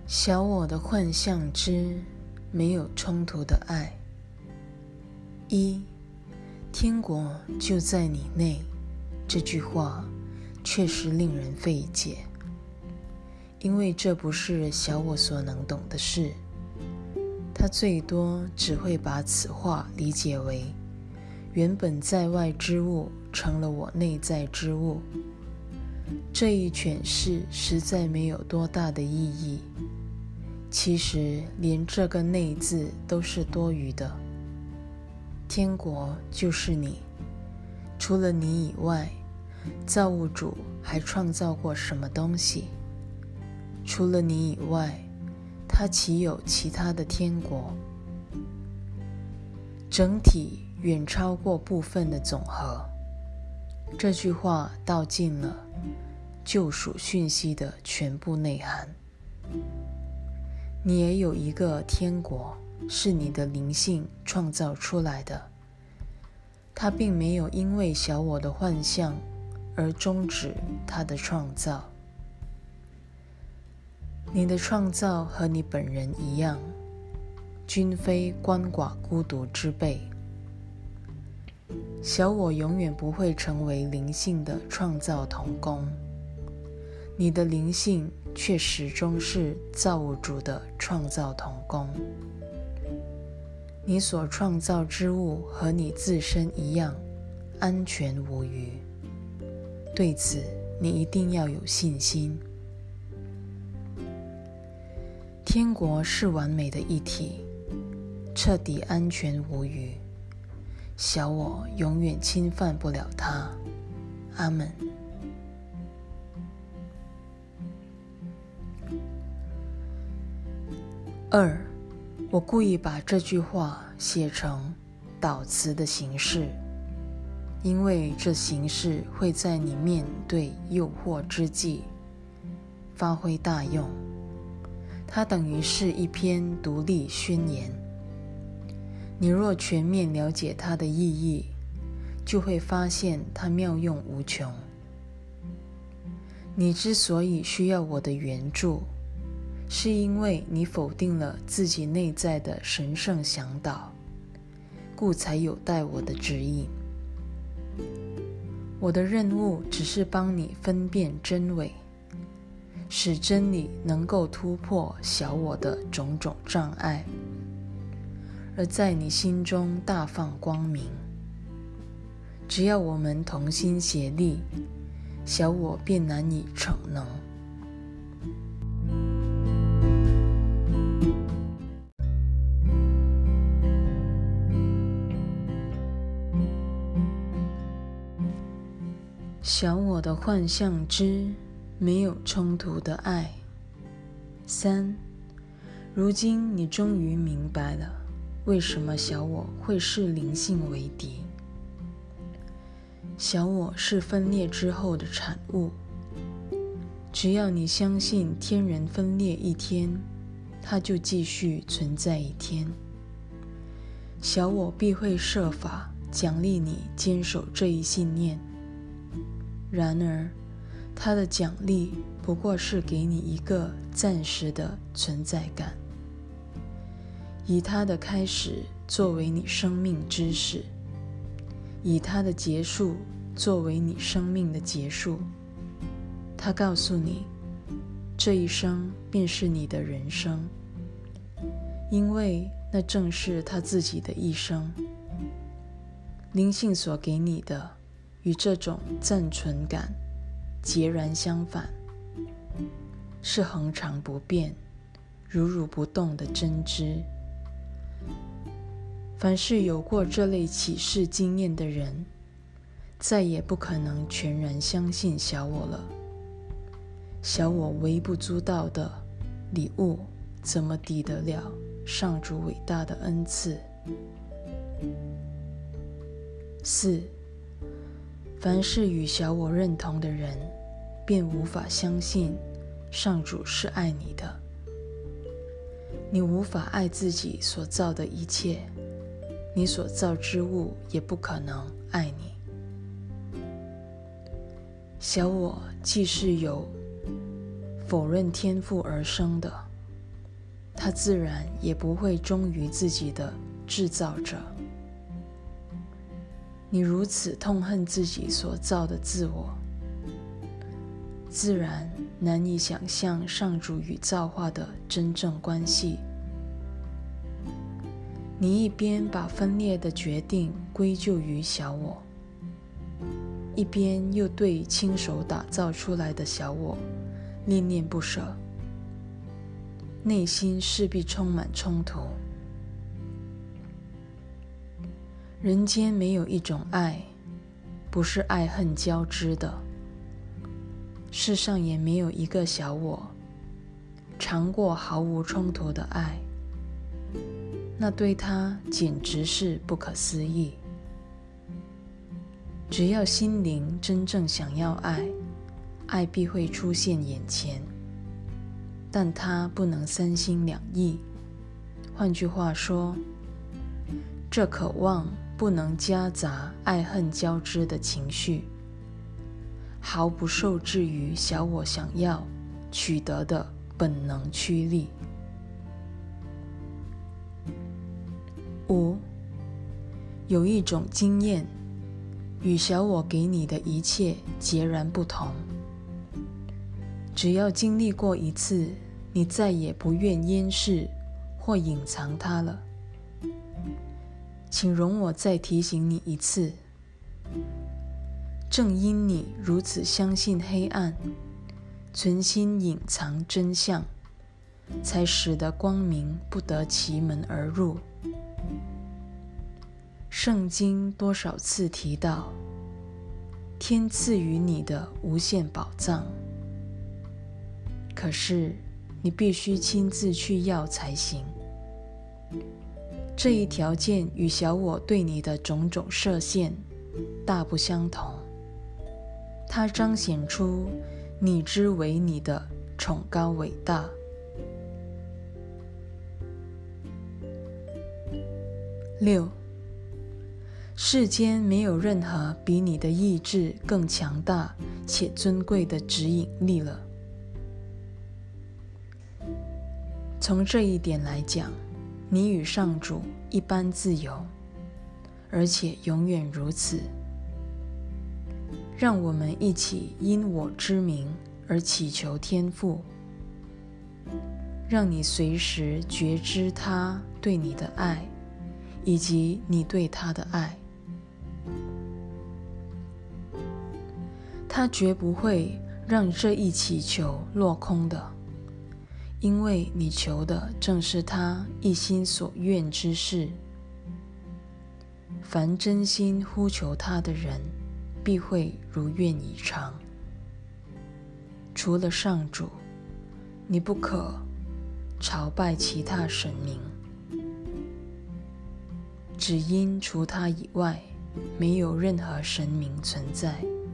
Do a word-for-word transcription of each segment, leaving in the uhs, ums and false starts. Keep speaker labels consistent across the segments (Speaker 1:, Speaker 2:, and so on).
Speaker 1: 小我的幻象之没有冲突的爱。一，天国就在你内，这句话确实令人费解，因为这不是小我所能懂的事，他最多只会把此话理解为原本在外之物成了我内在之物。这一诠释实在没有多大的意义，其实连这个内字都是多余的。天国就是你，除了你以外，造物主还创造过什么东西？除了你以外，他岂有其他的天国？整体远超过部分的总和。这句话道尽了救赎讯息的全部内涵。你也有一个天国，是你的灵性创造出来的，它并没有因为小我的幻象而终止它的创造。你的创造和你本人一样，均非鳏寡孤独之辈。小我永远不会成为灵性的创造同工，你的灵性却始终是造物主的创造同工。你所创造之物和你自身一样，安全无虞。对此，你一定要有信心。天国是完美的一体，彻底安全无虞，小我永远侵犯不了它。阿们。二，我故意把这句话写成导词的形式，因为这形式会在你面对诱惑之际发挥大用。它等于是一篇独立宣言。你若全面了解它的意义，就会发现它妙用无穷。你之所以需要我的援助，是因为你否定了自己内在的神圣向导，故才有待我的指引。我的任务只是帮你分辨真伪，使真理能够突破小我的种种障碍，而在你心中大放光明。只要我们同心协力，小我便难以逞能。小我的幻象之没有冲突的爱。三，如今你终于明白了，为什么小我会视灵性为敌。小我是分裂之后的产物，只要你相信天人分裂一天，它就继续存在一天。小我必会设法奖励你坚守这一信念。然而，它的奖励不过是给你一个暂时的存在感，以它的开始作为你生命之始，以它的结束作为你生命的结束。它告诉你，这一生便是你的人生，因为那正是它自己的一生。灵性所给你的与这种暂存感截然相反，是恒常不变、如如不动的真知。凡是有过这类启示经验的人，再也不可能全然相信小我了。小我微不足道的礼物，怎么抵得了上主伟大的恩赐？四，凡是与小我认同的人，便无法相信上主是爱你的。你无法爱自己所造的一切，你所造之物也不可能爱你。小我既是由否认天赋而生的， 他自然也不会忠于自己的制造者。你如此痛恨自己所造的自我，自然难以想象上主与造化的真正关系。你一边把分裂的决定归咎于小我，一边又对亲手打造出来的小我恋恋不舍，内心势必充满冲突。人间没有一种爱不是爱恨交织的，世上也没有一个小我尝过毫无冲突的爱，那对他简直是不可思议。只要心灵真正想要爱，爱必会出现眼前，但它不能三心两意。换句话说，这渴望不能夹杂爱恨交织的情绪，毫不受制于小我想要取得的本能驱力。五，有一种经验与小我给你的一切截然不同。只要经历过一次，你再也不愿掩饰或隐藏它了。请容我再提醒你一次，正因你如此相信黑暗，存心隐藏真相，才使得光明不得其门而入。圣经多少次提到天赐予你的无限宝藏，可是你必须亲自去要才行。这一条件与小我对你的种种设限大不相同，它彰显出你之为你的崇高伟大。六，世间没有任何比你的意志更强大且尊贵的指引力了。从这一点来讲，你与上主一般自由，而且永远如此。让我们一起因我之名而祈求天父，让你随时觉知他对你的爱，以及你对他的爱。他绝不会让这一祈求落空的，因为你求的正是他一心所愿之事。凡真心呼求他的人，必会如愿以偿。除了上主，你不可朝拜其他神明，只因除他以外，没有任何神明存在。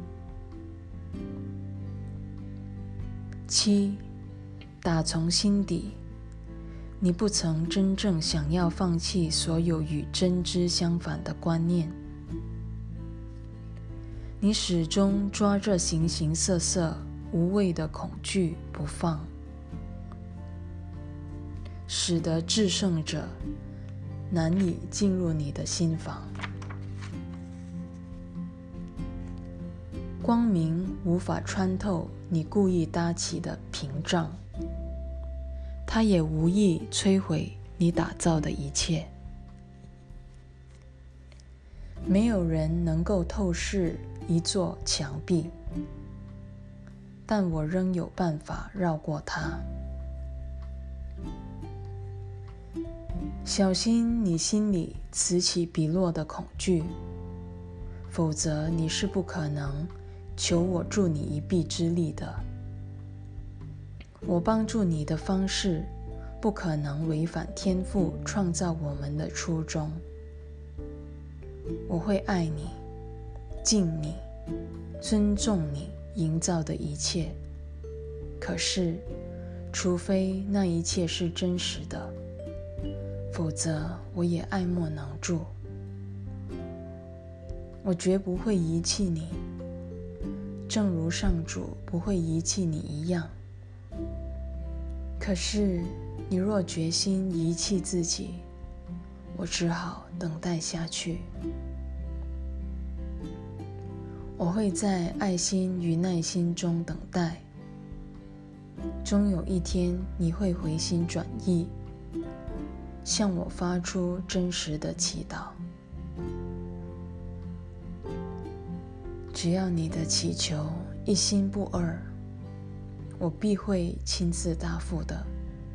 Speaker 1: 七，打从心底，你不曾真正想要放弃所有与真知相反的观念，你始终抓着形形色色无谓的恐惧不放，使得至圣者难以进入你的心房。光明无法穿透你故意搭起的屏障，它也无意摧毁你打造的一切。没有人能够透视一座墙壁，但我仍有办法绕过它。小心你心里此起彼落的恐惧，否则你是不可能求我助你一臂之力的。我帮助你的方式不可能违反天父创造我们的初衷。我会爱你，敬你，尊重你营造的一切，可是除非那一切是真实的，否则我也爱莫能助。我绝不会遗弃你，正如上主不会遗弃你一样。可是你若决心遗弃自己，我只好等待下去。我会在爱心与耐心中等待，终有一天你会回心转意，向我发出真实的祈祷。只要你的祈求一心不二，我必会亲自答复的。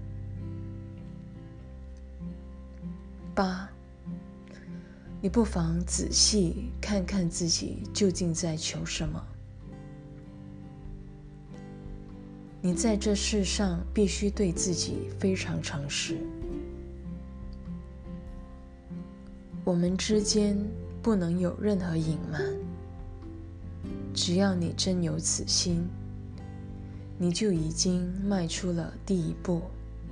Speaker 1: 八，你不妨仔细看看自己究竟在求什么。你在这世上必须对自己非常诚实。我们之间不能有任何隐瞒。只要你真有此心，你就已经迈出了第一步。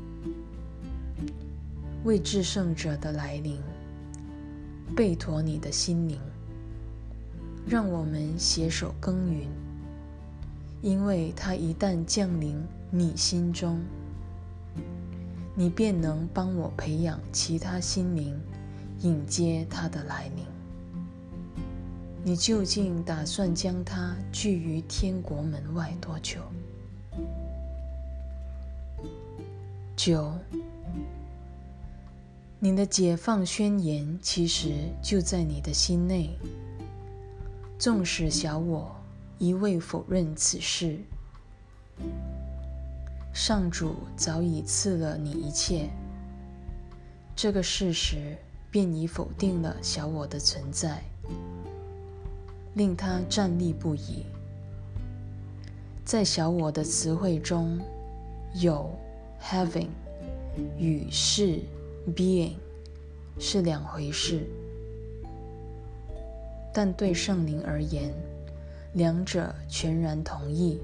Speaker 1: 为至圣者的来临，备妥你的心灵，让我们携手耕耘，因为它一旦降临你心中，你便能帮我培养其他心灵，迎接它的来临。你究竟打算将它拒于天国门外多久？九，你的解放宣言其实就在你的心内。纵使小我一味否认此事，上主早已赐了你一切，这个事实便已否定了小我的存在，令他站立不已。在小我的词汇中，有 having 与是 being 是两回事，但对圣灵而言，两者全然同义。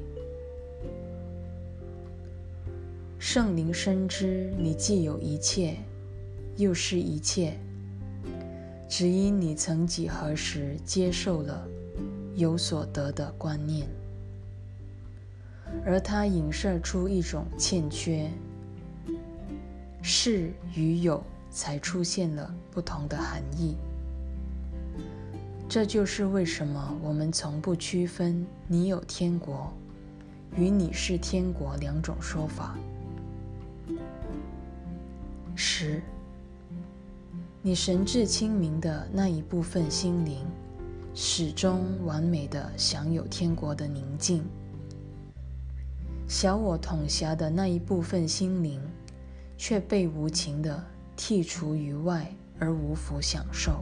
Speaker 1: 圣灵深知你既有一切，又是一切，只因你曾几何时接受了有所得的观念，而它影射出一种欠缺，是与有才出现了不同的含义。这就是为什么我们从不区分你有天国与你是天国两种说法。十，你神志清明的那一部分心灵始终完美地享有天国的宁静，小我统辖的那一部分心灵却被无情地剔除于外而无福享受。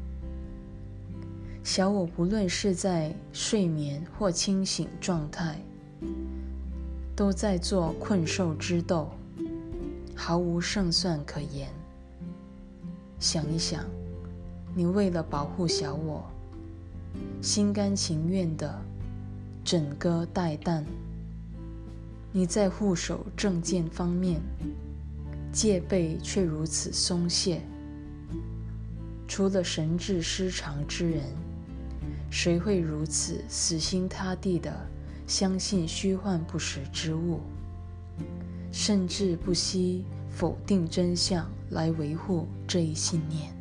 Speaker 1: 小我不论是在睡眠或清醒状态，都在做困兽之斗，毫无胜算可言。想一想，你为了保护小我，心甘情愿地枕戈待旦；你在护守正见方面，戒备却如此松懈。除了神志失常之人，谁会如此死心塌地地相信虚幻不实之物，甚至不惜否定真相来维护这一信念？